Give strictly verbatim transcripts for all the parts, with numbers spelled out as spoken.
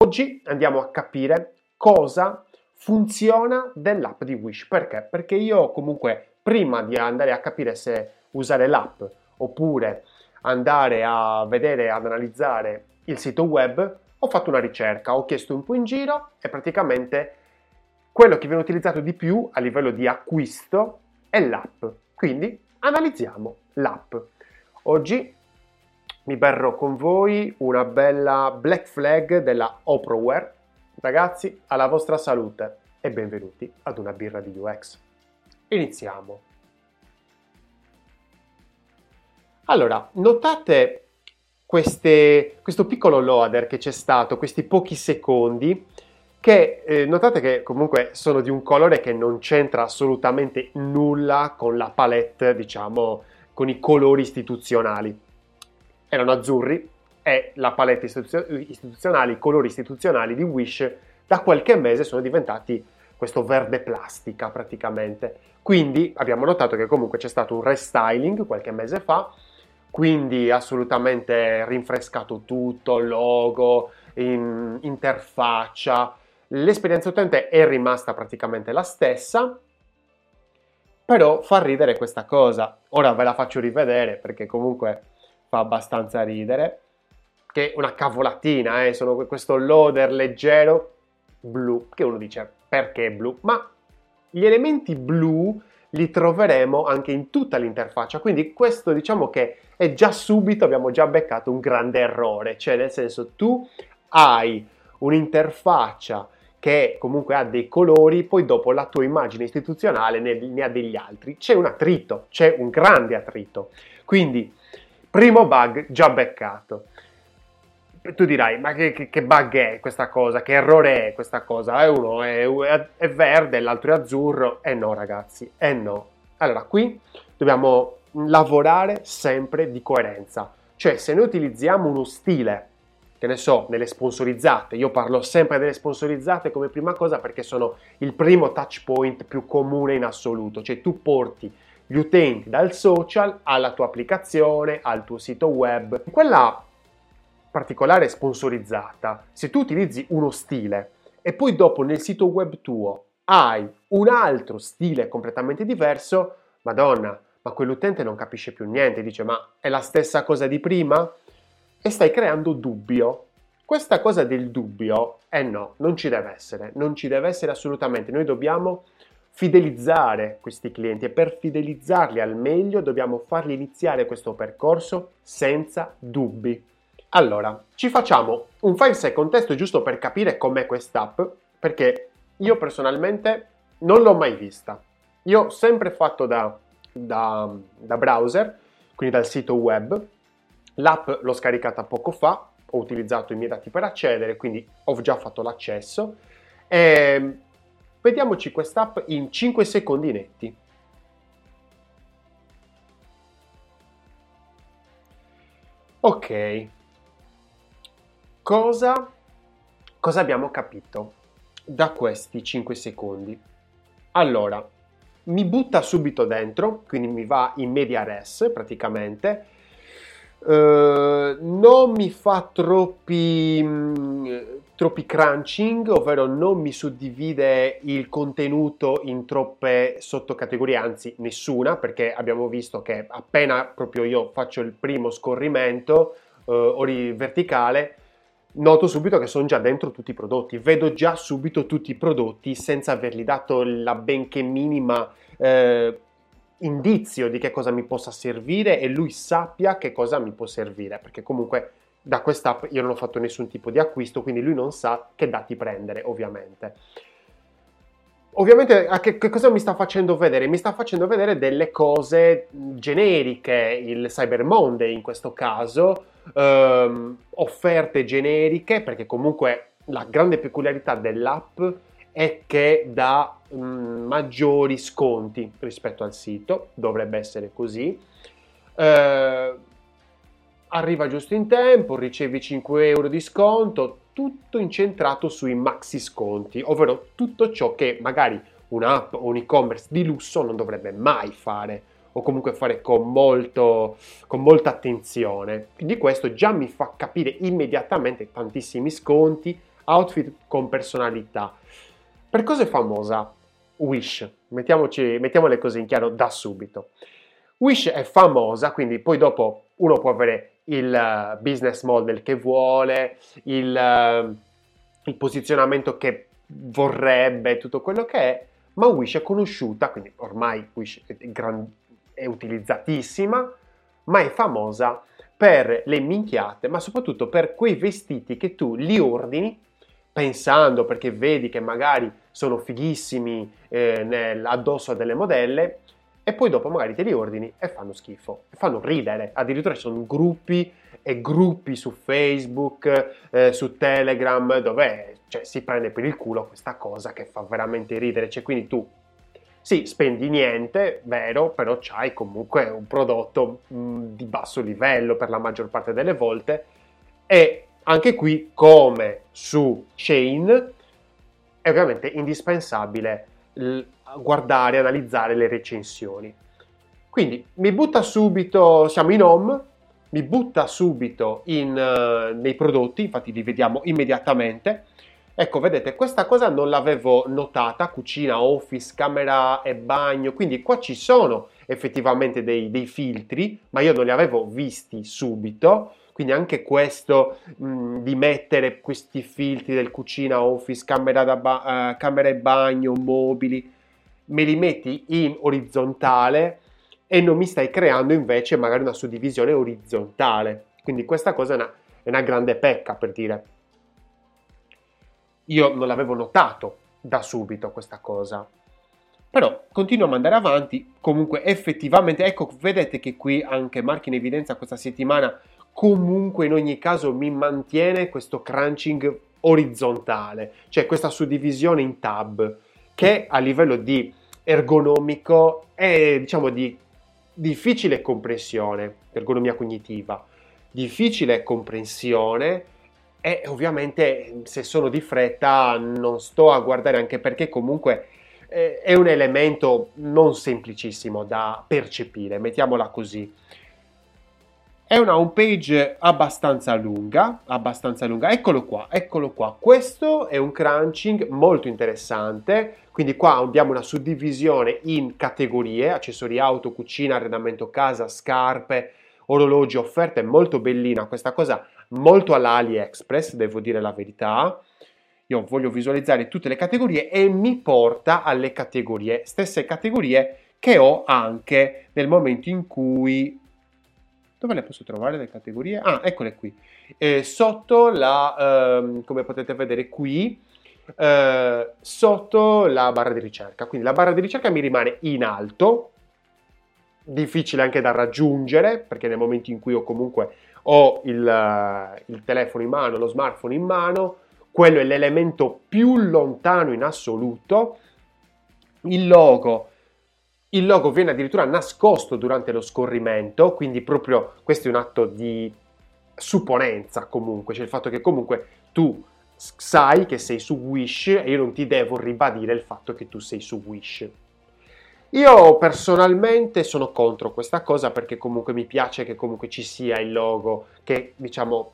Oggi andiamo a capire cosa funziona dell'app di Wish. Perché? Perché io comunque prima di andare a capire se usare l'app oppure andare a vedere, ad analizzare il sito web, ho fatto una ricerca, ho chiesto un po' in giro e praticamente quello che viene utilizzato di più a livello di acquisto è l'app. Quindi analizziamo l'app. Oggi mi berrò con voi una bella Black Flag della Oproware. Ragazzi, alla vostra salute e benvenuti ad una birra di U X. Iniziamo. Allora, notate queste, questo piccolo loader che c'è stato, questi pochi secondi, che eh, notate che comunque sono di un colore che non c'entra assolutamente nulla con la palette, diciamo, con i colori istituzionali. Erano azzurri e la palette istituzionale, i colori istituzionali di Wish da qualche mese sono diventati questo verde plastica praticamente. Quindi abbiamo notato che comunque c'è stato un restyling qualche mese fa, quindi assolutamente rinfrescato tutto, logo, in, interfaccia. L'esperienza utente è rimasta praticamente la stessa, però fa ridere questa cosa. Ora ve la faccio rivedere perché comunque fa abbastanza ridere, che una cavolatina, eh, sono questo loader leggero blu, che uno dice perché blu? Ma gli elementi blu li troveremo anche in tutta l'interfaccia, quindi questo diciamo che è già subito, abbiamo già beccato un grande errore, cioè nel senso tu hai un'interfaccia che comunque ha dei colori, poi dopo la tua immagine istituzionale ne, ne ha degli altri, c'è un attrito, c'è un grande attrito, quindi primo bug già beccato. Tu dirai, ma che, che, che bug è questa cosa? Che errore è questa cosa? È uno è, è verde, l'altro è azzurro. E eh no ragazzi, e eh no. Allora, qui dobbiamo lavorare sempre di coerenza. Cioè, se noi utilizziamo uno stile, che ne so, nelle sponsorizzate, io parlo sempre delle sponsorizzate come prima cosa perché sono il primo touch point più comune in assoluto. Cioè, tu porti gli utenti dal social alla tua applicazione, al tuo sito web. Quella particolare sponsorizzata, se tu utilizzi uno stile e poi dopo nel sito web tuo hai un altro stile completamente diverso, madonna, ma quell'utente non capisce più niente, dice ma è la stessa cosa di prima? E stai creando dubbio. Questa cosa del dubbio, eh no, non ci deve essere, non ci deve essere assolutamente, noi dobbiamo fidelizzare questi clienti e per fidelizzarli al meglio dobbiamo farli iniziare questo percorso senza dubbi. Allora, ci facciamo un five second test giusto per capire com'è quest'app, perché io personalmente non l'ho mai vista. Io ho sempre fatto da, da, da browser, quindi dal sito web. L'app l'ho scaricata poco fa, ho utilizzato i miei dati per accedere, quindi ho già fatto l'accesso. E vediamoci quest'app in cinque secondi netti. Ok. Cosa, cosa abbiamo capito da questi cinque secondi? Allora, mi butta subito dentro, quindi mi va in media res praticamente, uh, non mi fa troppi, mh, troppi crunching, ovvero non mi suddivide il contenuto in troppe sottocategorie, anzi nessuna, perché abbiamo visto che appena proprio io faccio il primo scorrimento uh, ori- verticale, noto subito che sono già dentro tutti i prodotti, vedo già subito tutti i prodotti senza avergli dato la benché minima eh, indizio di che cosa mi possa servire e lui sappia che cosa mi può servire, perché comunque da quest'app io non ho fatto nessun tipo di acquisto, quindi lui non sa che dati prendere, ovviamente. Ovviamente a che, che cosa mi sta facendo vedere? Mi sta facendo vedere delle cose generiche, il Cyber Monday in questo caso, ehm, offerte generiche, perché comunque la grande peculiarità dell'app è che dà mh, maggiori sconti rispetto al sito, dovrebbe essere così. Eh, arriva giusto in tempo, ricevi cinque euro di sconto, tutto incentrato sui maxi sconti, ovvero tutto ciò che magari un'app o un e-commerce di lusso non dovrebbe mai fare o comunque fare con, molto, con molta attenzione. Quindi questo già mi fa capire immediatamente tantissimi sconti, outfit con personalità. Per cosa è famosa Wish? Mettiamoci, mettiamo le cose in chiaro da subito. Wish è famosa, quindi poi dopo uno può avere il uh, business model che vuole, il, uh, il posizionamento che vorrebbe, tutto quello che è, ma Wish è conosciuta, quindi ormai Wish è, gran, è utilizzatissima, ma è famosa per le minchiate, ma soprattutto per quei vestiti che tu li ordini pensando, perché vedi che magari sono fighissimi eh, nel, addosso a delle modelle, e poi dopo magari te li ordini e fanno schifo, e fanno ridere. Addirittura ci sono gruppi e gruppi su Facebook, eh, su Telegram, dove cioè, si prende per il culo questa cosa che fa veramente ridere. Cioè, quindi tu, sì, spendi niente, vero, però c'hai comunque un prodotto mh, di basso livello per la maggior parte delle volte, e anche qui, come su Shein, è ovviamente indispensabile l- guardare, analizzare le recensioni. Quindi mi butta subito, siamo in home, mi butta subito in, uh, nei prodotti, infatti li vediamo immediatamente. Ecco, vedete, questa cosa non l'avevo notata, cucina, office, camera e bagno, quindi qua ci sono effettivamente dei, dei filtri, ma io non li avevo visti subito. Quindi anche questo mh, di mettere questi filtri del cucina, office, camera, da ba- uh, camera e bagno, mobili, me li metti in orizzontale e non mi stai creando invece magari una suddivisione orizzontale. Quindi questa cosa è una, è una grande pecca, per dire. Io non l'avevo notato da subito questa cosa. Però continuo a andare avanti, comunque effettivamente, ecco, vedete che qui anche Marchi in evidenza questa settimana comunque in ogni caso mi mantiene questo crunching orizzontale, cioè questa suddivisione in tab, che a livello di ergonomico è, diciamo, di difficile comprensione, ergonomia cognitiva, difficile comprensione, e ovviamente se sono di fretta non sto a guardare, anche perché comunque eh, è un elemento non semplicissimo da percepire, mettiamola così. È una home page abbastanza lunga, abbastanza lunga. Eccolo qua, eccolo qua. Questo è un crunching molto interessante. Quindi qua abbiamo una suddivisione in categorie: accessori auto, cucina, arredamento casa, scarpe, orologi, offerte. Molto bellina questa cosa, molto alla AliExpress, devo dire la verità. Io voglio visualizzare tutte le categorie e mi porta alle categorie, stesse categorie che ho anche nel momento in cui... Dove le posso trovare le categorie? Ah, eccole qui. Eh, sotto la, ehm, come potete vedere qui, eh, sotto la barra di ricerca. Quindi la barra di ricerca mi rimane in alto, difficile anche da raggiungere, perché nel momento in cui ho comunque ho il, il telefono in mano, lo smartphone in mano, quello è l'elemento più lontano in assoluto. Il logo... Il logo viene addirittura nascosto durante lo scorrimento, quindi proprio questo è un atto di supponenza comunque, cioè il fatto che comunque tu sai che sei su Wish e io non ti devo ribadire il fatto che tu sei su Wish. Io personalmente sono contro questa cosa, perché comunque mi piace che comunque ci sia il logo che, diciamo,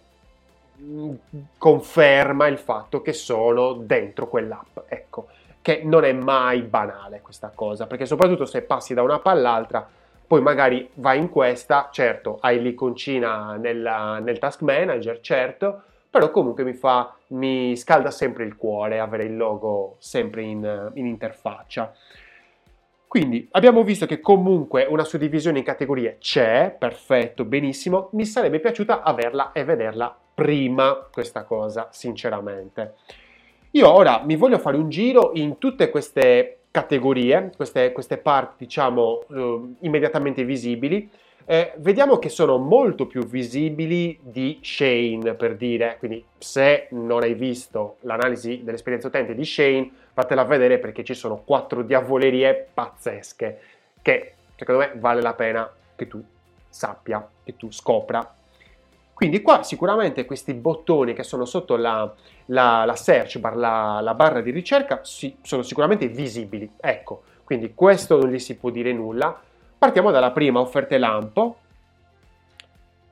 conferma il fatto che sono dentro quell'app, ecco. Che non è mai banale questa cosa, perché soprattutto se passi da un'app all'altra, poi magari vai in questa, certo, hai l'iconcina nella, nel task manager, certo, però comunque mi fa, mi scalda sempre il cuore avere il logo sempre in, in interfaccia. Quindi abbiamo visto che comunque una suddivisione in categorie c'è, perfetto, benissimo, mi sarebbe piaciuta averla e vederla prima questa cosa, sinceramente. Io ora mi voglio fare un giro in tutte queste categorie, queste, queste parti, diciamo, eh, immediatamente visibili. Eh, vediamo che sono molto più visibili di Shein, per dire. Quindi se non hai visto l'analisi dell'esperienza utente di Shein, fatela vedere, perché ci sono quattro diavolerie pazzesche che secondo me vale la pena che tu sappia, che tu scopra. Quindi qua sicuramente questi bottoni che sono sotto la, la, la search bar, la, la barra di ricerca, sì, sono sicuramente visibili. Ecco, quindi questo non gli si può dire nulla. Partiamo dalla prima, offerte lampo.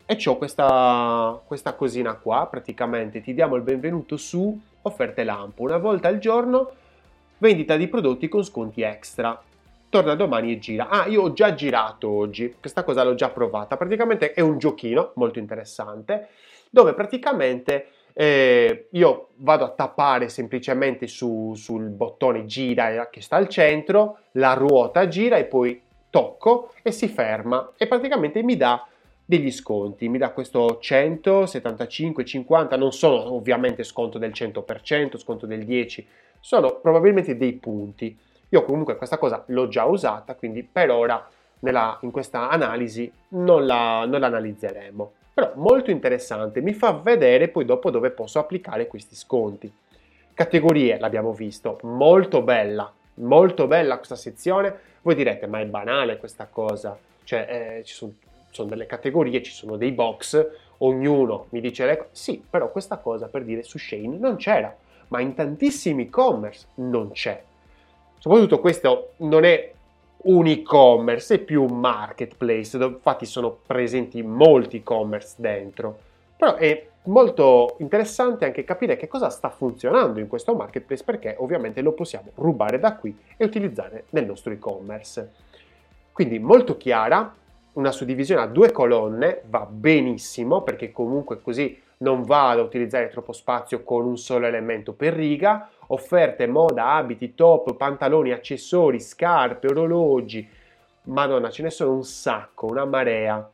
e c'ho questa, questa cosina qua, praticamente ti diamo il benvenuto su offerte lampo, una volta al giorno, vendita di prodotti con sconti extra. Torna domani e gira. Ah, io ho già girato oggi, questa cosa l'ho già provata. Praticamente è un giochino molto interessante, dove praticamente eh, io vado a tappare semplicemente su, sul bottone gira che sta al centro, la ruota gira e poi tocco e si ferma e praticamente mi dà degli sconti, mi dà questo cento, settantacinque, cinquanta, non sono ovviamente sconto del cento per cento, sconto del dieci per cento, sono probabilmente dei punti. Io comunque questa cosa l'ho già usata, quindi per ora nella, in questa analisi non la, non la analizzeremo. Però molto interessante, mi fa vedere poi dopo dove posso applicare questi sconti. Categorie, l'abbiamo visto, molto bella, molto bella questa sezione. Voi direte, ma è banale questa cosa, cioè eh, ci sono, sono delle categorie, ci sono dei box, ognuno mi dice le cose. Sì, però questa cosa per dire su Shein non c'era, ma in tantissimi e-commerce non c'è. Soprattutto questo non è un e-commerce, è più un marketplace, dove infatti sono presenti molti e-commerce dentro. Però è molto interessante anche capire che cosa sta funzionando in questo marketplace, perché ovviamente lo possiamo rubare da qui e utilizzare nel nostro e-commerce. Quindi molto chiara, una suddivisione a due colonne va benissimo, perché comunque così non vado a utilizzare troppo spazio con un solo elemento per riga. Offerte, moda, abiti, top, pantaloni, accessori, scarpe, orologi. Madonna, ce ne sono un sacco, una marea.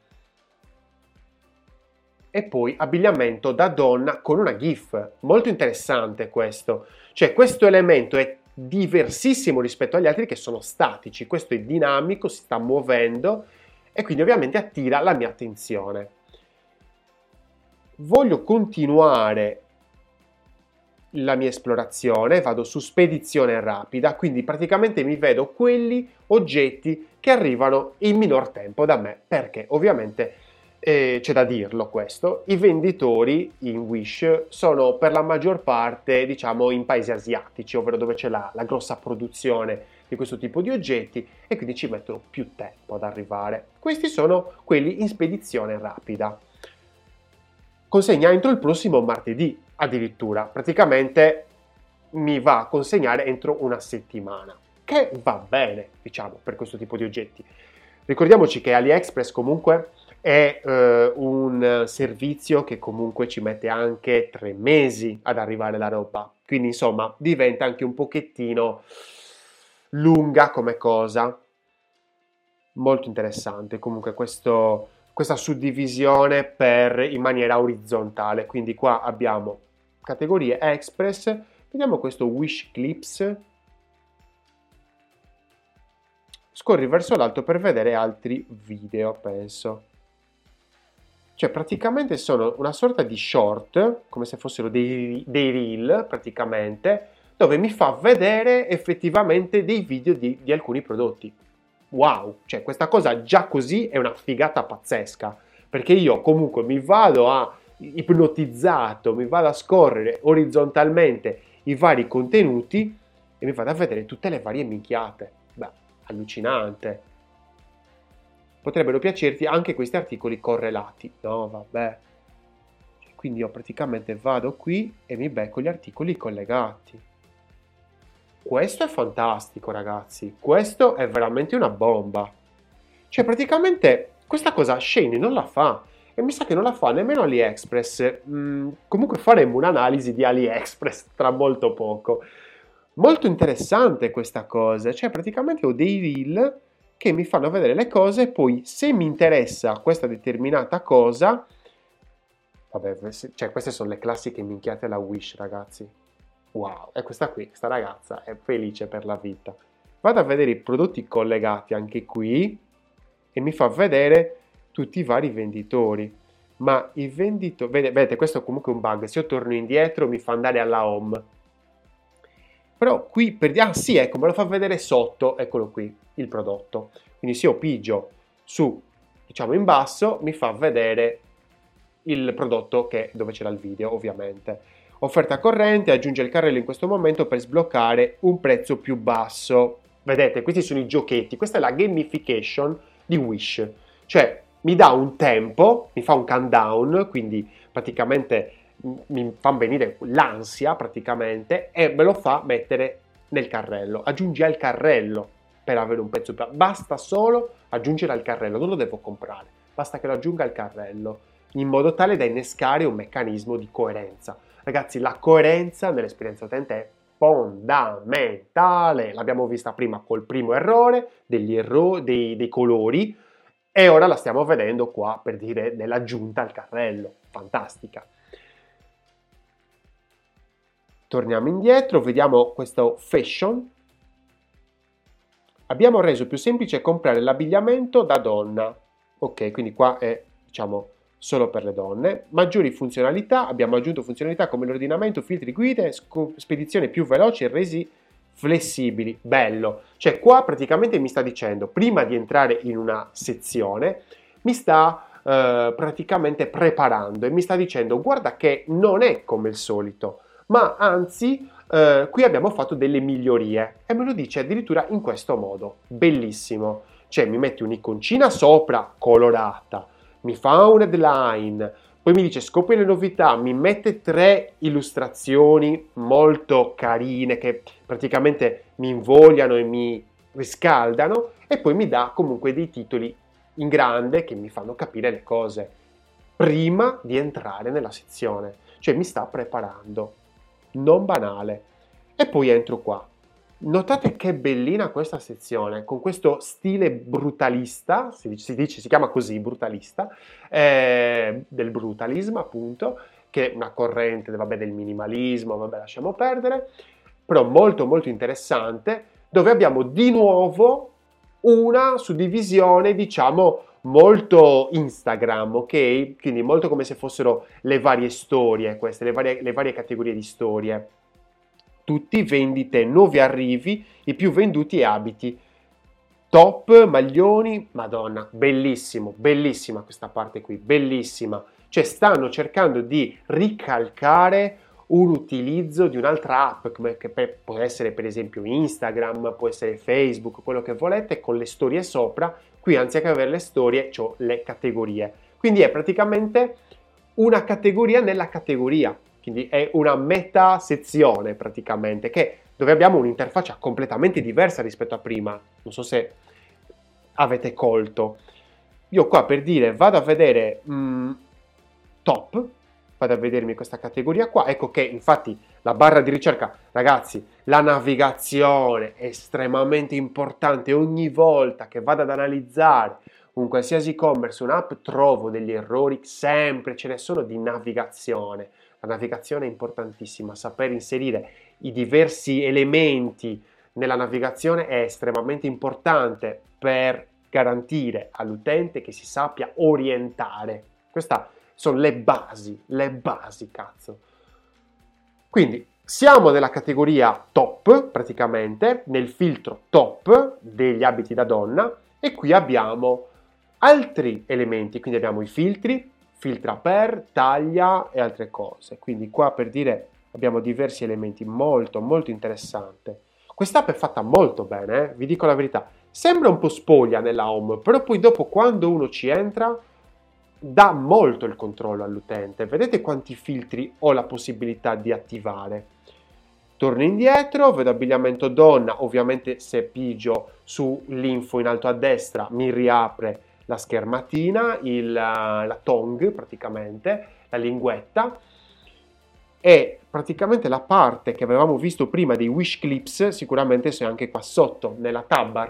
E poi abbigliamento da donna con una GIF. Molto interessante questo. Cioè, questo elemento è diversissimo rispetto agli altri che sono statici. Questo è dinamico, si sta muovendo e quindi ovviamente attira la mia attenzione. Voglio continuare la mia esplorazione, vado su spedizione rapida, quindi praticamente mi vedo quelli oggetti che arrivano in minor tempo da me, perché ovviamente eh, c'è da dirlo questo, i venditori in Wish sono per la maggior parte, diciamo, in paesi asiatici, ovvero dove c'è la, la grossa produzione di questo tipo di oggetti e quindi ci mettono più tempo ad arrivare. Questi sono quelli in spedizione rapida. Consegna entro il prossimo martedì, addirittura, praticamente mi va a consegnare entro una settimana, che va bene, diciamo, per questo tipo di oggetti. Ricordiamoci che AliExpress comunque è eh, un servizio che comunque ci mette anche tre mesi ad arrivare la roba, quindi insomma diventa anche un pochettino lunga come cosa. Molto interessante comunque questo questa suddivisione per, in maniera orizzontale, quindi qua abbiamo categorie Express, vediamo questo Wish Clips, scorri verso l'alto per vedere altri video, penso. Cioè praticamente sono una sorta di short, come se fossero dei, dei reel praticamente, dove mi fa vedere effettivamente dei video di, di alcuni prodotti. Wow, cioè questa cosa già così è una figata pazzesca, perché io comunque mi vado a ipnotizzato, mi vado a scorrere orizzontalmente i vari contenuti e mi vado a vedere tutte le varie minchiate. Beh, allucinante. Potrebbero piacerti anche questi articoli correlati. No, vabbè. Quindi io praticamente vado qui e mi becco gli articoli collegati. Questo è fantastico, ragazzi. Questo è veramente una bomba. Cioè, praticamente, questa cosa Shein non la fa. E mi sa che non la fa nemmeno AliExpress. Mm, comunque faremo un'analisi di AliExpress tra molto poco. Molto interessante questa cosa. Cioè, praticamente ho dei reel che mi fanno vedere le cose e poi, se mi interessa questa determinata cosa... Vabbè, cioè, queste sono le classiche minchiate alla Wish, ragazzi. Wow, e questa qui, questa ragazza è felice per la vita. Vado a vedere i prodotti collegati anche qui e mi fa vedere tutti i vari venditori. Ma i venditori... Vedete, vedete, questo è comunque un bug. Se io torno indietro mi fa andare alla home. Però qui per... Ah sì, ecco, me lo fa vedere sotto. Eccolo qui, il prodotto. Quindi se io pigio su, diciamo in basso, mi fa vedere il prodotto che, dove c'era il video, ovviamente. Offerta corrente, aggiunge il carrello in questo momento per sbloccare un prezzo più basso. Vedete, questi sono i giochetti, questa è la gamification di Wish. Cioè, mi dà un tempo, mi fa un countdown, quindi praticamente mi fa venire l'ansia praticamente e me lo fa mettere nel carrello. Aggiungi al carrello per avere un pezzo più. Basta solo aggiungere al carrello, non lo devo comprare, basta che lo aggiunga al carrello, in modo tale da innescare un meccanismo di coerenza. Ragazzi, la coerenza nell'esperienza utente è fondamentale. L'abbiamo vista prima col primo errore, degli errori, dei, dei colori, e ora la stiamo vedendo qua per dire dell'aggiunta al carrello. Fantastica. Torniamo indietro, vediamo questo fashion. Abbiamo reso più semplice comprare l'abbigliamento da donna. Ok, quindi qua è, diciamo, solo per le donne. Maggiori funzionalità, abbiamo aggiunto funzionalità come l'ordinamento, filtri, guide, spedizione più veloci e resi flessibili. Bello. Cioè qua praticamente mi sta dicendo, prima di entrare in una sezione, mi sta eh, praticamente preparando e mi sta dicendo, guarda che non è come il solito, ma anzi eh, qui abbiamo fatto delle migliorie, e me lo dice addirittura in questo modo. Bellissimo. Cioè mi mette un'iconcina sopra colorata, mi fa un headline, poi mi dice scopri le novità, mi mette tre illustrazioni molto carine che praticamente mi invogliano e mi riscaldano, e poi mi dà comunque dei titoli in grande che mi fanno capire le cose prima di entrare nella sezione. Cioè mi sta preparando. Non banale. E poi entro qua. Notate che bellina questa sezione, con questo stile brutalista, si dice, si, dice, si chiama così, brutalista, eh, del brutalismo appunto, che è una corrente, vabbè, del minimalismo, vabbè, lasciamo perdere, però molto molto interessante, dove abbiamo di nuovo una suddivisione, diciamo, molto Instagram, ok? Quindi molto come se fossero le varie storie, queste, le varie, le varie categorie di storie. Tutti vendite, nuovi arrivi, i più venduti e abiti. Top, maglioni, madonna, bellissimo, bellissima questa parte qui, bellissima. Cioè stanno cercando di ricalcare un utilizzo di un'altra app, che può essere per esempio Instagram, può essere Facebook, quello che volete, con le storie sopra. Qui anziché avere le storie, ho le categorie. Quindi è praticamente una categoria nella categoria. Quindi è una meta sezione praticamente, che, dove abbiamo un'interfaccia completamente diversa rispetto a prima. Non so se avete colto. Io qua per dire vado a vedere mh, top, vado a vedermi questa categoria qua. Ecco che infatti la barra di ricerca, ragazzi, la navigazione è estremamente importante. Ogni volta che vado ad analizzare un qualsiasi e-commerce, un'app, trovo degli errori, sempre ce ne sono di navigazione. La navigazione è importantissima, saper inserire i diversi elementi nella navigazione è estremamente importante per garantire all'utente che si sappia orientare. Queste sono le basi, le basi, cazzo. Quindi siamo nella categoria top, praticamente, nel filtro top degli abiti da donna, e qui abbiamo altri elementi, quindi abbiamo i filtri, filtra per, taglia e altre cose. Quindi qua per dire abbiamo diversi elementi, molto molto interessante. Quest'app è fatta molto bene, eh? Vi dico la verità. Sembra un po' spoglia nella home, però poi dopo quando uno ci entra dà molto il controllo all'utente. Vedete quanti filtri ho la possibilità di attivare. Torno indietro, vedo abbigliamento donna, ovviamente se pigio sull'info in alto a destra mi riapre la schermatina, il, la tongue praticamente, la linguetta, e praticamente la parte che avevamo visto prima dei wish clips sicuramente c'è anche qua sotto, nella tab bar.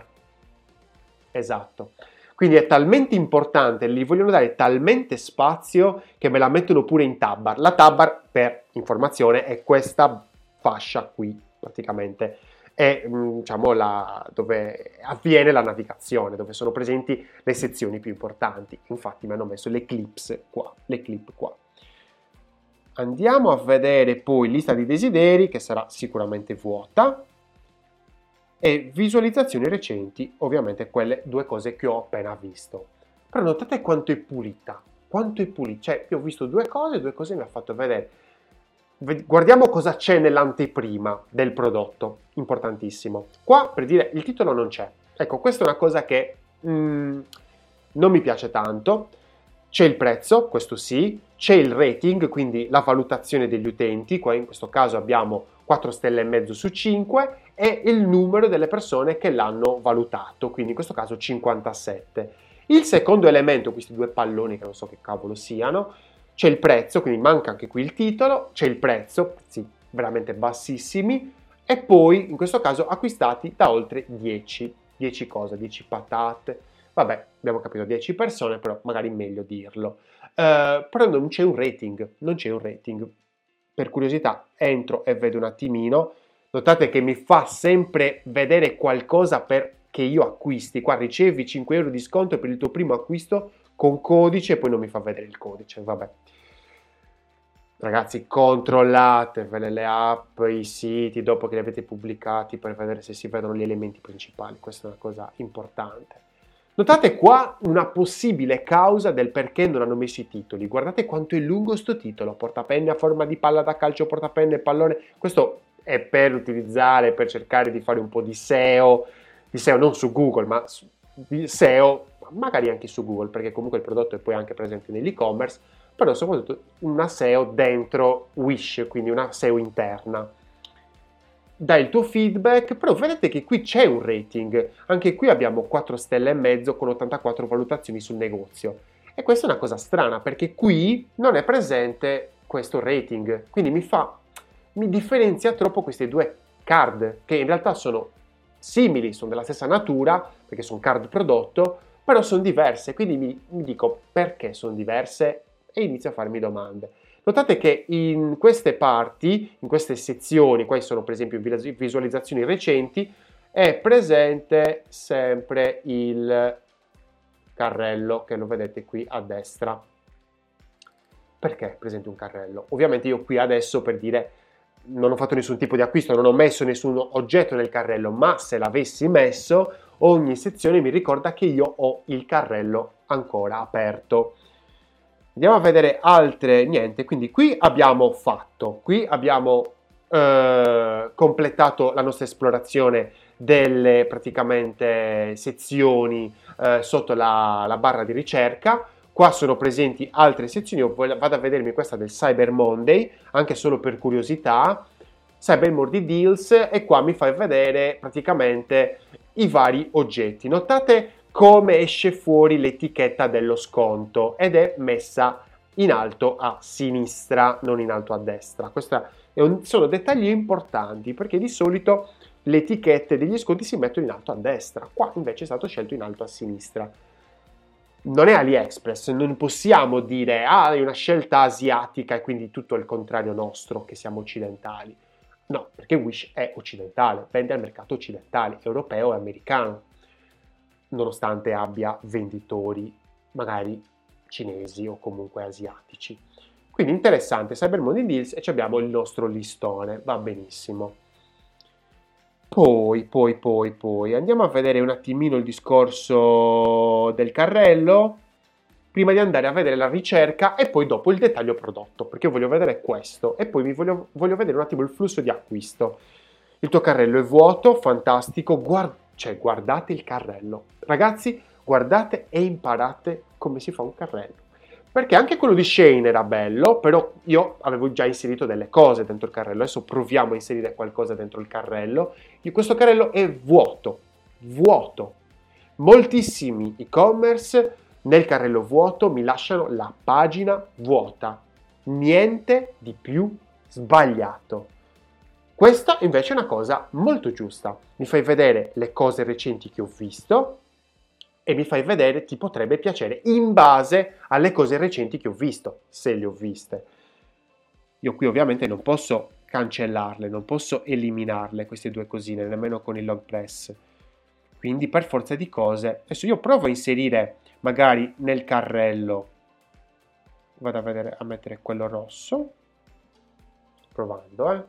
Esatto. Quindi è talmente importante, gli vogliono dare talmente spazio che me la mettono pure in tab bar. La tab bar, per informazione, è questa fascia qui praticamente. È diciamo la, dove avviene la navigazione, dove sono presenti le sezioni più importanti. Infatti mi hanno messo le clips qua, le clip qua. Andiamo a vedere poi lista di desideri, che sarà sicuramente vuota, e visualizzazioni recenti, ovviamente quelle due cose che ho appena visto. Però notate quanto è pulita, quanto è pulita. Cioè, io ho visto due cose, due cose mi ha fatto vedere. Guardiamo cosa c'è nell'anteprima del prodotto, importantissimo. Qua, per dire, il titolo non c'è. Ecco, questa è una cosa che mm, non mi piace tanto. C'è il prezzo, questo sì, c'è il rating, quindi la valutazione degli utenti, qua in questo caso abbiamo quattro stelle e mezzo su cinque, e il numero delle persone che l'hanno valutato, quindi in questo caso cinquantasette. Il secondo elemento, questi due palloni che non so che cavolo siano, c'è il prezzo, quindi manca anche qui il titolo, c'è il prezzo, prezzi veramente bassissimi, e poi in questo caso acquistati da oltre dieci. dieci cose, dieci patate. Vabbè, abbiamo capito dieci persone, però magari meglio dirlo. Uh, però non c'è un rating, non c'è un rating. Per curiosità entro e vedo un attimino. Notate che mi fa sempre vedere qualcosa perché io acquisti. Qua ricevi cinque euro di sconto per il tuo primo acquisto con codice e poi non mi fa vedere il codice. Vabbè. Ragazzi, controllatevele le app, i siti dopo che li avete pubblicati per vedere se si vedono gli elementi principali. Questa è una cosa importante. Notate qua una possibile causa del perché non hanno messo i titoli. Guardate quanto è lungo sto titolo. Portapenne a forma di palla da calcio, portapenne, pallone. Questo è per utilizzare, per cercare di fare un po' di S E O. Di S E O non su Google, ma di S E O magari anche su Google, perché comunque il prodotto è poi anche presente nell'e-commerce, però soprattutto una S E O dentro Wish, quindi una S E O interna. Dai il tuo feedback, però vedete che qui c'è un rating, anche qui abbiamo quattro stelle e mezzo con ottantaquattro valutazioni sul negozio, e questa è una cosa strana perché qui non è presente questo rating, quindi mi fa, mi differenzia troppo queste due card, che in realtà sono simili, sono della stessa natura, perché sono card prodotto, però sono diverse, quindi mi, mi dico perché sono diverse e inizio a farmi domande. Notate che in queste parti, in queste sezioni, qua sono per esempio visualizzazioni recenti, è presente sempre il carrello, che lo vedete qui a destra. Perché è presente un carrello? Ovviamente io qui adesso per dire non ho fatto nessun tipo di acquisto, non ho messo nessun oggetto nel carrello, ma se l'avessi messo, ogni sezione mi ricorda che io ho il carrello ancora aperto. Andiamo a vedere altre, niente, quindi qui abbiamo fatto, qui abbiamo eh, completato la nostra esplorazione delle praticamente sezioni eh, sotto la, la barra di ricerca. Qua sono presenti altre sezioni, io vado a vedermi questa del Cyber Monday, anche solo per curiosità, Cyber Monday Deals, e qua mi fa vedere praticamente i vari oggetti. Notate come esce fuori l'etichetta dello sconto ed è messa in alto a sinistra, non in alto a destra. Questi sono dettagli importanti perché di solito le etichette degli sconti si mettono in alto a destra, qua invece è stato scelto in alto a sinistra. Non è AliExpress, non possiamo dire ah, è una scelta asiatica e quindi tutto il contrario nostro, che siamo occidentali. No, perché Wish è occidentale, vende al mercato occidentale, europeo e americano, nonostante abbia venditori magari cinesi o comunque asiatici. Quindi interessante, Cyber Monday Deals, e abbiamo il nostro listone, va benissimo. Poi, poi, poi, poi, andiamo a vedere un attimino il discorso del carrello, prima di andare a vedere la ricerca e poi dopo il dettaglio prodotto, perché io voglio vedere questo e poi vi voglio, voglio vedere un attimo il flusso di acquisto. Il tuo carrello è vuoto, fantastico, guard- cioè guardate il carrello. Ragazzi, guardate e imparate come si fa un carrello. Perché anche quello di Shane era bello, però io avevo già inserito delle cose dentro il carrello. Adesso proviamo a inserire qualcosa dentro il carrello. E questo carrello è vuoto, vuoto. Moltissimi e-commerce nel carrello vuoto mi lasciano la pagina vuota. Niente di più sbagliato. Questa invece è una cosa molto giusta. Mi fai vedere le cose recenti che ho visto e mi fai vedere ti potrebbe piacere in base alle cose recenti che ho visto, se le ho viste. Io qui ovviamente non posso cancellarle, non posso eliminarle queste due cosine, nemmeno con il log press. Quindi per forza di cose, adesso io provo a inserire magari nel carrello, vado a vedere, a mettere quello rosso, provando, eh.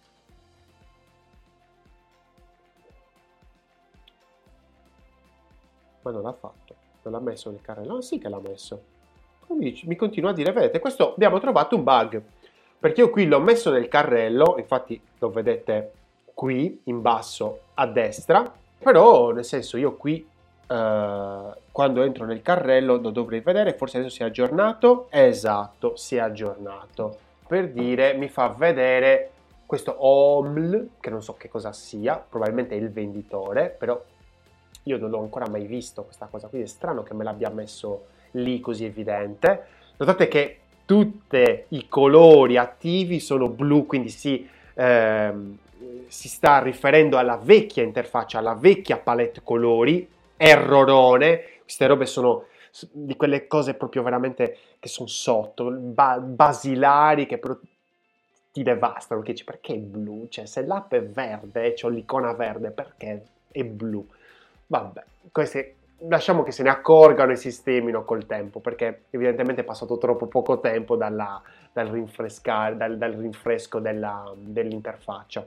Ma non l'ha fatto, non l'ha messo nel carrello, ah, sì che l'ha messo. Quindi mi continua a dire, vedete, questo abbiamo trovato un bug, perché io qui l'ho messo nel carrello, infatti lo vedete qui in basso a destra, però nel senso io qui eh, quando entro nel carrello lo dovrei vedere, forse adesso si è aggiornato, esatto, si è aggiornato, per dire mi fa vedere questo O M L, che non so che cosa sia, probabilmente è il venditore, però io non l'ho ancora mai visto questa cosa, quindi è strano che me l'abbia messo lì così evidente. Notate che tutti i colori attivi sono blu, quindi si, ehm, si sta riferendo alla vecchia interfaccia, alla vecchia palette colori, errorone, queste robe sono di quelle cose proprio veramente che sono sotto, ba- basilari, che però ti devastano, che dici perché è blu? Cioè se l'app è verde e c'ho l'icona verde, perché è blu? Vabbè, queste lasciamo che se ne accorgano e sistemino col tempo, perché evidentemente è passato troppo poco tempo dalla, dal, rinfrescare, dal, dal rinfresco della, dell'interfaccia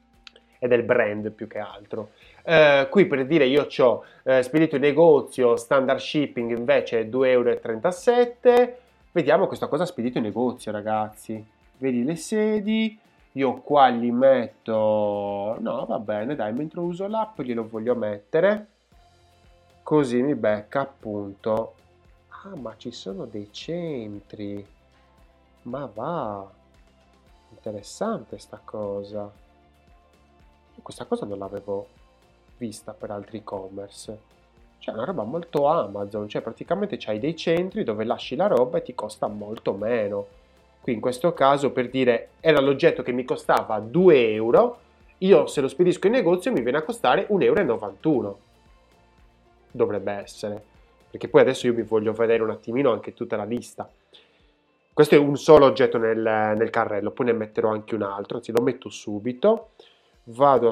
e del brand più che altro. Eh, qui per dire io ho eh, spedito in negozio, standard shipping invece due euro e trentasette. Vediamo questa cosa spedito in negozio, ragazzi. Vedi le sedi, io qua gli metto... No, va bene, dai, mentre uso l'app glielo voglio mettere. Così mi becca appunto... Ah, ma ci sono dei centri. Ma va. Interessante sta cosa. Questa cosa non l'avevo vista per altri e-commerce. Cioè, è una roba molto Amazon. Cioè, praticamente c'hai dei centri dove lasci la roba e ti costa molto meno. Qui in questo caso, per dire, era l'oggetto che mi costava due euro, io se lo spedisco in negozio mi viene a costare un euro e novantuno. Dovrebbe essere, perché poi adesso io mi voglio vedere un attimino anche tutta la lista. Questo è un solo oggetto nel, nel carrello, poi ne metterò anche un altro, anzi lo metto subito. Vado a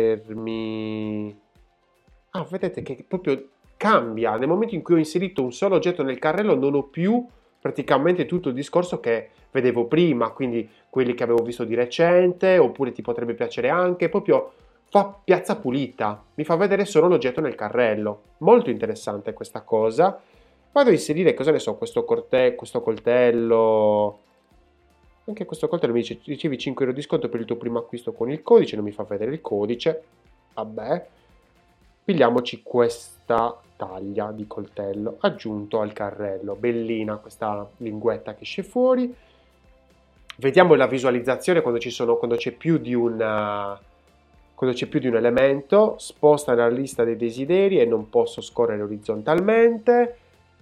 vedermi... Ah, vedete che proprio cambia. Nel momento in cui ho inserito un solo oggetto nel carrello non ho più praticamente tutto il discorso che vedevo prima, quindi quelli che avevo visto di recente, oppure ti potrebbe piacere anche, proprio fa piazza pulita, mi fa vedere solo l'oggetto nel carrello. Molto interessante questa cosa. Vado a inserire, cosa ne so, questo, corte- questo coltello. Anche questo coltello mi dice ricevi cinque euro di sconto per il tuo primo acquisto con il codice, non mi fa vedere il codice. Vabbè. Pigliamoci questa taglia di coltello aggiunto al carrello. Bellina questa linguetta che esce fuori. Vediamo la visualizzazione quando ci sono, quando c'è più di una, quando c'è più di un elemento. Sposta la lista dei desideri e non posso scorrere orizzontalmente.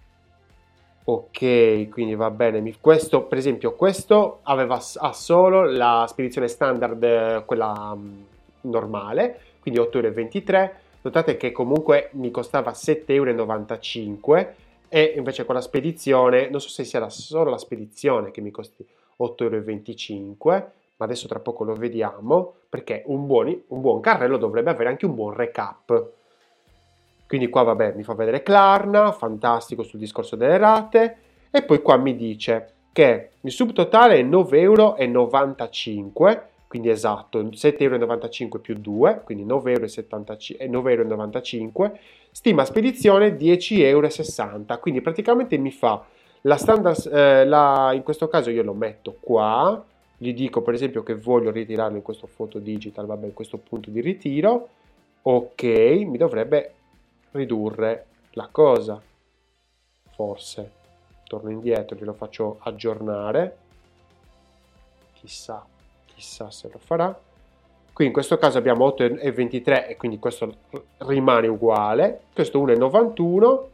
Ok, quindi va bene. Questo, per esempio, questo aveva ha solo la spedizione standard, eh, quella mh, normale, quindi otto euro e ventitré. Notate che comunque mi costava sette euro e novantacinque e invece con la spedizione, non so se sia la, solo la spedizione che mi costi otto euro e venticinque, ma adesso tra poco lo vediamo, perché un buon, un buon carrello dovrebbe avere anche un buon recap. Quindi qua vabbè mi fa vedere Klarna, fantastico sul discorso delle rate, e poi qua mi dice che il subtotale è nove euro e novantacinque, quindi esatto, sette euro e novantacinque più due, quindi nove euro e novantacinque, stima spedizione dieci euro e sessanta, quindi praticamente mi fa la standard, eh, la, in questo caso io lo metto qua, gli dico per esempio che voglio ritirarlo in questo foto digital, vabbè in questo punto di ritiro, ok, mi dovrebbe ridurre la cosa, forse torno indietro, glielo faccio aggiornare, chissà, chissà se lo farà. Qui in questo caso abbiamo otto e ventitré e quindi questo rimane uguale, questo uno e novantuno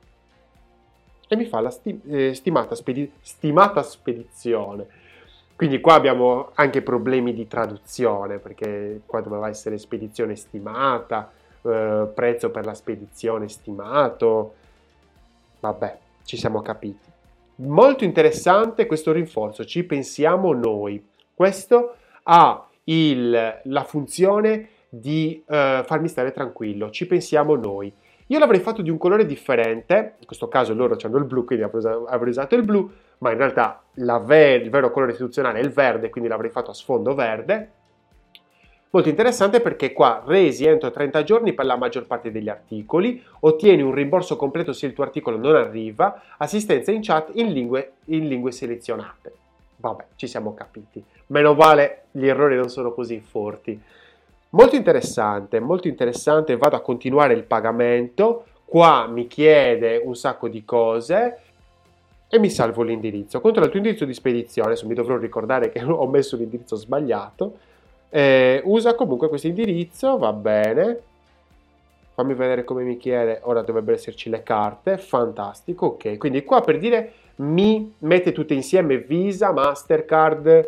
e mi fa la sti- eh, stimata, spedi- stimata spedizione. Quindi qua abbiamo anche problemi di traduzione, perché qua doveva essere spedizione stimata, eh, prezzo per la spedizione stimato. Vabbè, ci siamo capiti. Molto interessante questo rinforzo, ci pensiamo noi. Questo ha il- la funzione di eh, farmi stare tranquillo, ci pensiamo noi. Io l'avrei fatto di un colore differente, in questo caso loro hanno il blu, quindi avrei usato, avrei usato il blu, ma in realtà la ver- il vero colore istituzionale è il verde, quindi l'avrei fatto a sfondo verde. Molto interessante perché qua resi entro trenta giorni per la maggior parte degli articoli, ottieni un rimborso completo se il tuo articolo non arriva, assistenza in chat in lingue, in lingue selezionate. Vabbè, ci siamo capiti. Meno male, gli errori non sono così forti. Molto interessante, molto interessante. Vado a continuare il pagamento. qua mi chiede un sacco di cose e mi salvo l'indirizzo. Controlla il tuo indirizzo di spedizione, adesso mi dovrò ricordare che ho messo l'indirizzo sbagliato. Eh, usa comunque questo indirizzo, va bene. Fammi vedere come mi chiede, ora dovrebbero esserci le carte, fantastico, ok. Quindi qua per dire mi mette tutte insieme Visa, Mastercard,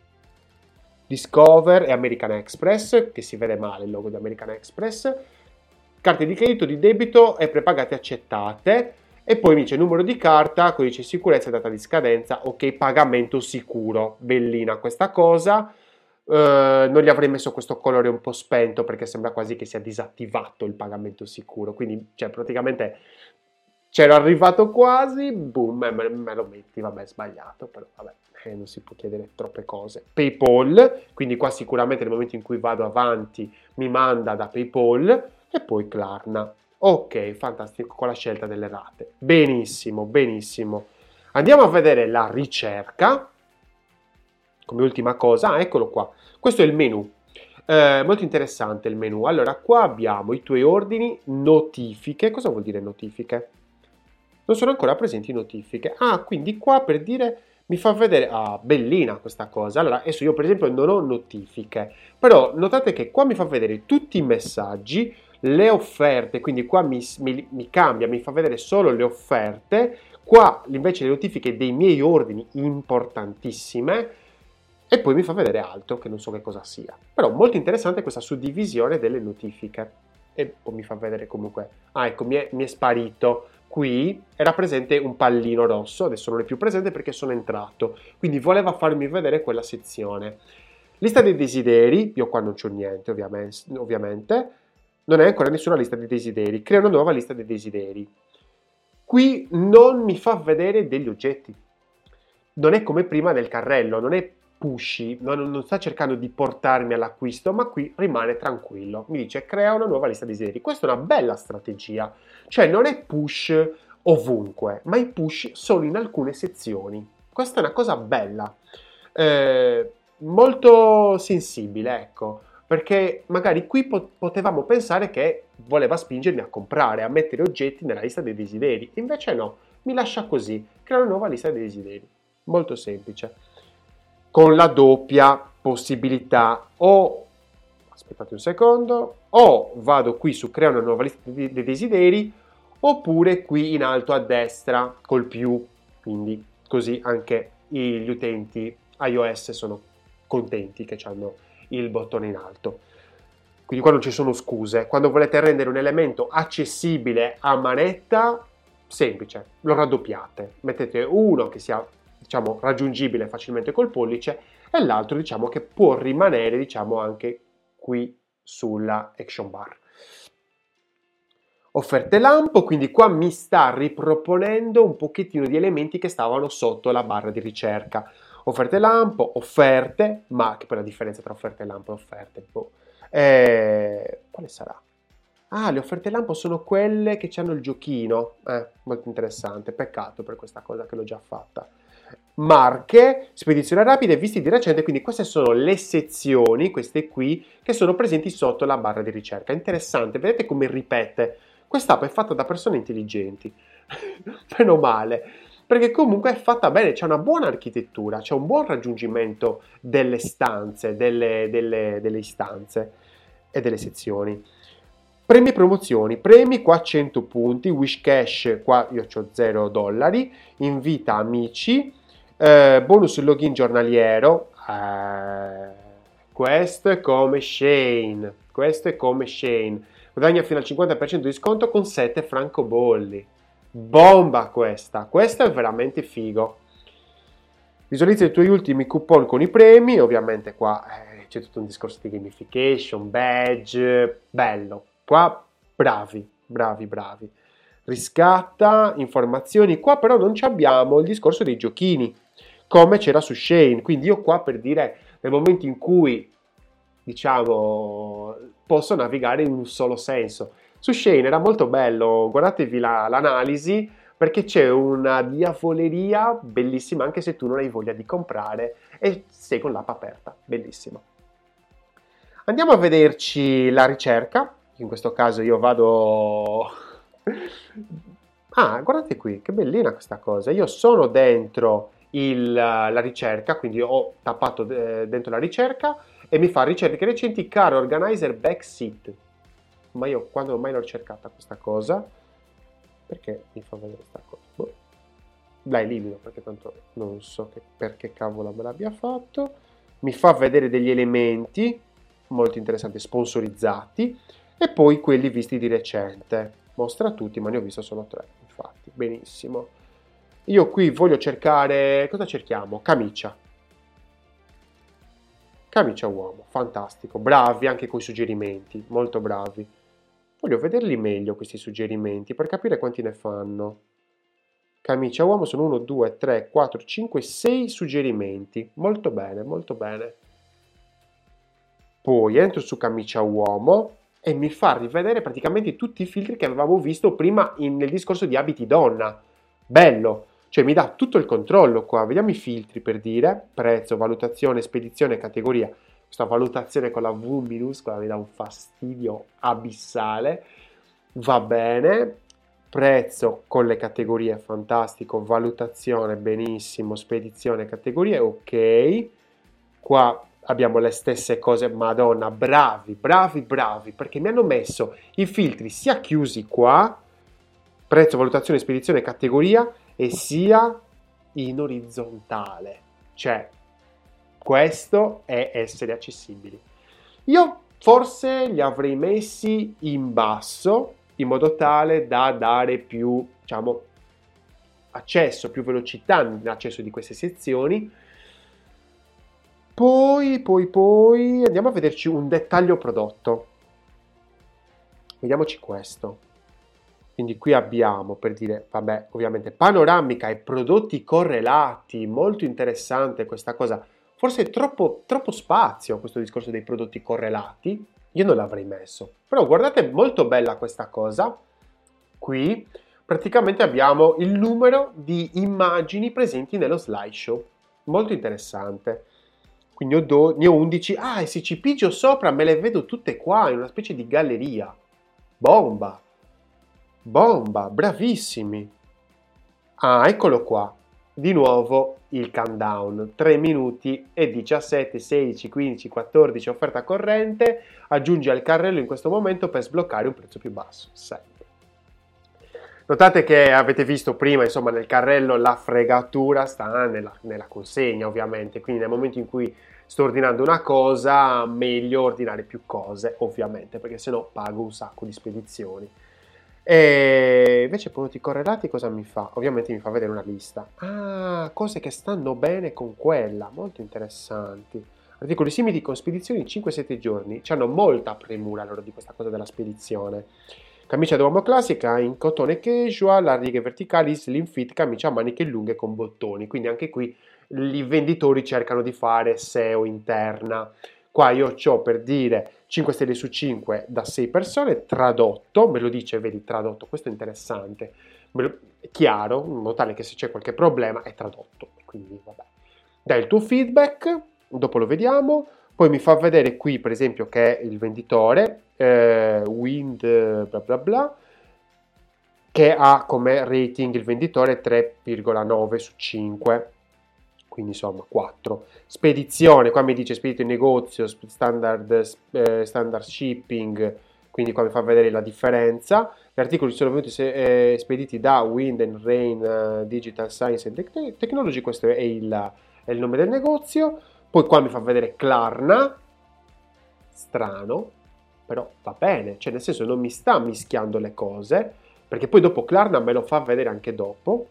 Discover e American Express, che si vede male il logo di American Express, carte di credito, di debito e prepagate accettate, e poi mi dice numero di carta, codice di sicurezza e data di scadenza, ok, pagamento sicuro, bellina questa cosa. Uh, non gli avrei messo questo colore un po' spento perché sembra quasi che sia disattivato il pagamento sicuro, quindi cioè, praticamente c'ero arrivato quasi, boom, me, me lo metti, vabbè, sbagliato, però vabbè, eh, non si può chiedere troppe cose. PayPal, quindi qua sicuramente nel momento in cui vado avanti mi manda da PayPal, e poi Klarna. Ok, fantastico, con la scelta delle rate. Benissimo, benissimo. Andiamo a vedere la ricerca. Come ultima cosa, ah, eccolo qua. Questo è il menu. Eh, molto interessante il menu. Allora, qua abbiamo i tuoi ordini, notifiche. Cosa vuol dire notifiche? Non sono ancora presenti notifiche. Ah, quindi qua per dire mi fa vedere... Ah, bellina questa cosa. Allora, adesso io per esempio non ho notifiche, però notate che qua mi fa vedere tutti i messaggi, le offerte, quindi qua mi, mi, mi cambia, mi fa vedere solo le offerte, qua invece le notifiche dei miei ordini importantissime, e poi mi fa vedere altro che non so che cosa sia. Però molto interessante questa suddivisione delle notifiche. E poi mi fa vedere comunque... Ah, ecco, mi è, mi è sparito. Qui era presente un pallino rosso, adesso non è più presente perché sono entrato. Quindi voleva farmi vedere quella sezione. Lista dei desideri, io qua non c'ho niente ovviamente, ovviamente. Non è ancora nessuna lista dei desideri. Crea una nuova lista dei desideri. Qui non mi fa vedere degli oggetti. Non è come prima del carrello, non è pushy, non, non sta cercando di portarmi all'acquisto, ma qui rimane tranquillo. Mi dice crea una nuova lista di desideri. Questa è una bella strategia, cioè non è push ovunque, ma i push solo in alcune sezioni. Questa è una cosa bella, eh, molto sensibile, ecco, perché magari qui po- potevamo pensare che voleva spingermi a comprare, a mettere oggetti nella lista dei desideri, invece no, mi lascia così, crea una nuova lista dei desideri. Molto semplice, con la doppia possibilità o, aspettate un secondo, o vado qui su crea una nuova lista dei desideri, oppure qui in alto a destra col più, quindi così anche gli utenti iOS sono contenti che hanno il bottone in alto. Quindi qua non ci sono scuse. Quando volete rendere un elemento accessibile a manetta, semplice, lo raddoppiate. Mettete uno che sia, diciamo, raggiungibile facilmente col pollice e l'altro, diciamo, che può rimanere, diciamo, anche qui sulla action bar. Offerte lampo, quindi qua mi sta riproponendo un pochettino di elementi che stavano sotto la barra di ricerca. Offerte lampo, offerte, ma che poi la differenza tra offerte lampo e offerte, boh. Eh, quale sarà? Ah, le offerte lampo sono quelle che hanno il giochino. Eh, molto interessante, peccato per questa cosa che l'ho già fatta. Marche, spedizione rapida e visti di recente, quindi queste sono le sezioni, queste qui, che sono presenti sotto la barra di ricerca. Interessante, vedete come ripete? Quest'app è fatta da persone intelligenti, meno male, perché comunque è fatta bene, c'è una buona architettura, c'è un buon raggiungimento delle stanze, delle, delle, delle istanze e delle sezioni. Premi e promozioni, premi qua cento punti, Wish Cash qua io ho zero dollari, invita amici, eh, bonus login giornaliero, eh, questo è come Shane, questo è come Shane, guadagna fino al cinquanta per cento di sconto con sette francobolli, bomba questa, questo è veramente figo. Visualizza i tuoi ultimi coupon con i premi, ovviamente qua eh, c'è tutto un discorso di gamification, badge, bello. Qua bravi, bravi, bravi. Riscatta, informazioni. Qua però non abbiamo il discorso dei giochini, come c'era su Shane. Quindi io qua per dire, nel momento in cui, diciamo, posso navigare in un solo senso. Su Shane era molto bello, guardatevi la, l'analisi, perché c'è una diavoleria bellissima, anche se tu non hai voglia di comprare e sei con l'app aperta. Bellissimo. Andiamo a vederci la ricerca. In questo caso io vado Ah, guardate qui, che bellina questa cosa. Io sono dentro il- la ricerca, quindi ho tappato eh, dentro la ricerca e mi fa ricerche recenti car organizer backseat. Ma io quando mai l'ho cercata questa cosa? Perché mi fa vedere questa cosa? Boh. La elimino perché tanto non so che- perché cavolo me l'abbia fatto. Mi fa vedere degli elementi molto interessanti, sponsorizzati, e poi quelli visti di recente. Mostra tutti, ma ne ho visto solo tre, infatti. Benissimo. Io qui voglio cercare... Cosa cerchiamo? Camicia. Camicia uomo, fantastico. Bravi anche con i suggerimenti, molto bravi. Voglio vederli meglio questi suggerimenti per capire quanti ne fanno. Camicia uomo sono uno, due, tre, quattro, cinque, sei suggerimenti. Molto bene, molto bene. Poi entro su camicia uomo e mi fa rivedere praticamente tutti i filtri che avevamo visto prima in- nel discorso di abiti donna. Bello, cioè mi dà tutto il controllo qua. Vediamo i filtri per dire: prezzo, valutazione, spedizione, categoria. Questa valutazione con la V minuscola mi dà un fastidio abissale. Va bene. Prezzo con le categorie, fantastico. Valutazione, benissimo. Spedizione, categorie, ok. Qua abbiamo le stesse cose, madonna, bravi, bravi, bravi, perché mi hanno messo i filtri sia chiusi qua, prezzo, valutazione, spedizione, categoria, e sia in orizzontale. Cioè, questo è essere accessibili. Io forse li avrei messi in basso, in modo tale da dare più, diciamo, accesso, più velocità nell'accesso di queste sezioni. Poi, poi, poi andiamo a vederci un dettaglio prodotto. Vediamoci questo. Quindi qui abbiamo, per dire, vabbè, ovviamente panoramica e prodotti correlati. Molto interessante questa cosa. Forse è troppo, troppo spazio questo discorso dei prodotti correlati. Io non l'avrei messo. Però guardate, molto bella questa cosa. Qui praticamente abbiamo il numero di immagini presenti nello slideshow. Molto interessante. Quindi ho do- ne ho undici. Ah, e se ci pigio sopra me le vedo tutte qua, in una specie di galleria. Bomba! Bomba! Bravissimi! Ah, eccolo qua. Di nuovo il countdown. tre minuti e diciassette, sedici, quindici, quattordici, offerta corrente. Aggiungi al carrello in questo momento per sbloccare un prezzo più basso. Sempre. Notate che avete visto prima, insomma, nel carrello la fregatura sta nella, nella consegna, ovviamente. Quindi nel momento in cui sto ordinando una cosa, meglio ordinare più cose, ovviamente, perché sennò pago un sacco di spedizioni. E invece prodotti correlati cosa mi fa? Ovviamente mi fa vedere una lista. Ah, cose che stanno bene con quella, molto interessanti. Articoli simili con spedizioni in cinque sette giorni. C'hanno molta premura loro di questa cosa della spedizione. Camicia d'uomo classica in cotone casual, a righe verticali, slim fit, camicia a maniche lunghe con bottoni. Quindi anche qui i venditori cercano di fare S E O interna. Qua io ho per dire cinque stelle su cinque da sei persone, tradotto, me lo dice, vedi, tradotto, questo è interessante, me lo, è chiaro, in modo tale che se c'è qualche problema è tradotto, quindi vabbè. Dai il tuo feedback, dopo lo vediamo, poi mi fa vedere qui per esempio che è il venditore, eh, Wind bla bla bla, che ha come rating il venditore tre virgola nove su cinque, quindi insomma quattro. Spedizione, qua mi dice spedito in negozio, standard, eh, standard shipping, quindi qua mi fa vedere la differenza. Gli articoli sono venuti se, eh, spediti da Wind and Rain uh, Digital Science and Technology, questo è il, è il nome del negozio. Poi qua mi fa vedere Klarna, strano, però va bene, cioè nel senso non mi sta mischiando le cose, perché poi dopo Klarna me lo fa vedere anche dopo.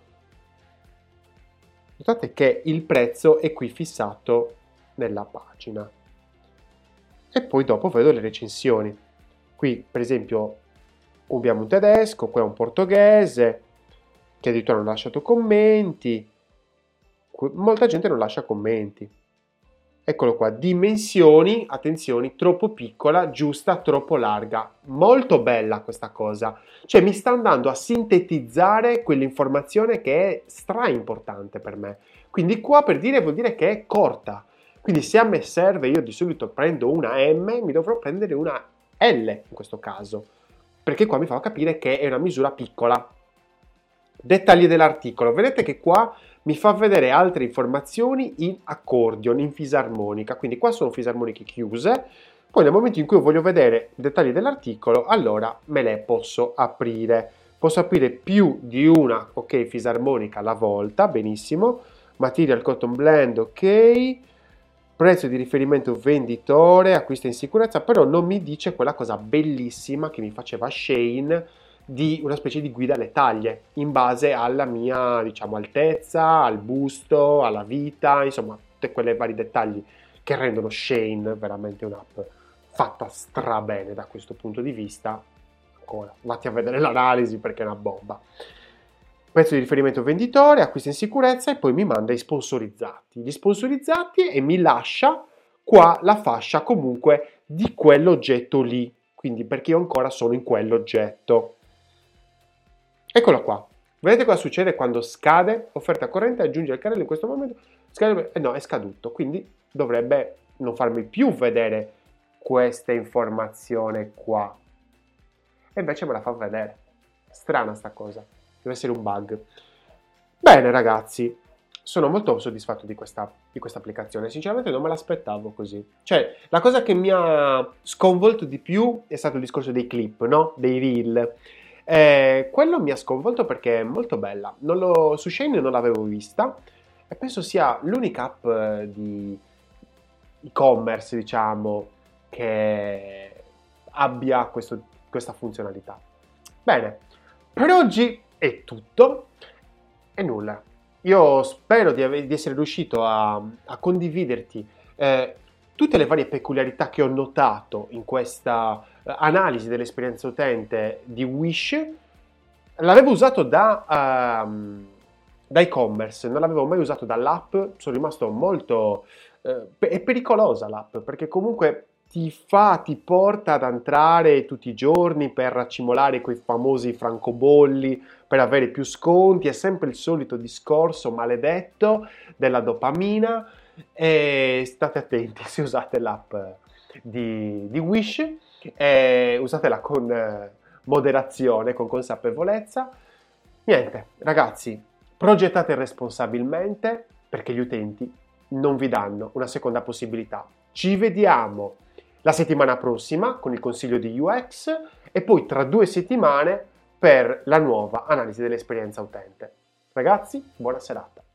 Notate che il prezzo è qui fissato nella pagina. E poi dopo vedo le recensioni. Qui per esempio abbiamo un tedesco, qui è un portoghese, che addirittura non ha lasciato commenti. Molta gente non lascia commenti. Eccolo qua, dimensioni, attenzioni, troppo piccola, giusta, troppo larga. Molto bella questa cosa. Cioè mi sta andando a sintetizzare quell'informazione che è stra importante per me. Quindi qua per dire vuol dire che è corta. Quindi se a me serve, io di solito prendo una M, mi dovrò prendere una L in questo caso. perché qua mi fa capire che è una misura piccola. Dettagli dell'articolo, vedete che qua mi fa vedere altre informazioni in accordion, in fisarmonica, quindi qua sono fisarmoniche chiuse, poi nel momento in cui voglio vedere i dettagli dell'articolo, allora me le posso aprire. Posso aprire più di una, ok, fisarmonica alla volta, benissimo. Material Cotton Blend, ok. Prezzo di riferimento venditore, acquista in sicurezza, però non mi dice quella cosa bellissima che mi faceva Shane di una specie di guida alle taglie, in base alla mia, diciamo, altezza, al busto, alla vita, insomma, tutti quei vari dettagli che rendono Shane veramente un'app fatta strabene da questo punto di vista. Ancora, vatti a vedere l'analisi perché è una bomba. Prezzo di riferimento venditore, acquista in sicurezza e poi mi manda i sponsorizzati. Gli sponsorizzati e mi lascia qua la fascia comunque di quell'oggetto lì. Quindi perché io ancora sono in quell'oggetto. Eccolo qua. Vedete cosa succede quando scade? Offerta corrente, aggiunge il carrello in questo momento. Scade, eh no, è scaduto. Quindi dovrebbe non farmi più vedere questa informazione qua. E invece me la fa vedere. Strana sta cosa. Deve essere un bug. Bene ragazzi, sono molto soddisfatto di questa, di questa applicazione. Sinceramente non me l'aspettavo così. Cioè, la cosa che mi ha sconvolto di più è stato il discorso dei clip, no? Dei reel. Eh, quello mi ha sconvolto perché è molto bella. Non lo, su Shane non l'avevo vista e penso sia l'unica app di e-commerce, diciamo, che abbia questo, questa funzionalità. Bene, per oggi è tutto e nulla. Io spero di, ave- di essere riuscito a, a condividerti eh, tutte le varie peculiarità che ho notato in questa eh, analisi dell'esperienza utente di Wish. L'avevo usato da, um, da e-commerce, non l'avevo mai usato dall'app, sono rimasto molto... Eh, è pericolosa l'app perché comunque ti fa, ti porta ad entrare tutti i giorni per raccimolare quei famosi francobolli, per avere più sconti, è sempre il solito discorso maledetto della dopamina e state attenti se usate l'app di, di Wish, e usatela con eh, moderazione, con consapevolezza. Niente, ragazzi, progettate responsabilmente perché gli utenti non vi danno una seconda possibilità. Ci vediamo la settimana prossima con il consiglio di U X e poi tra due settimane per la nuova analisi dell'esperienza utente. Ragazzi, buona serata.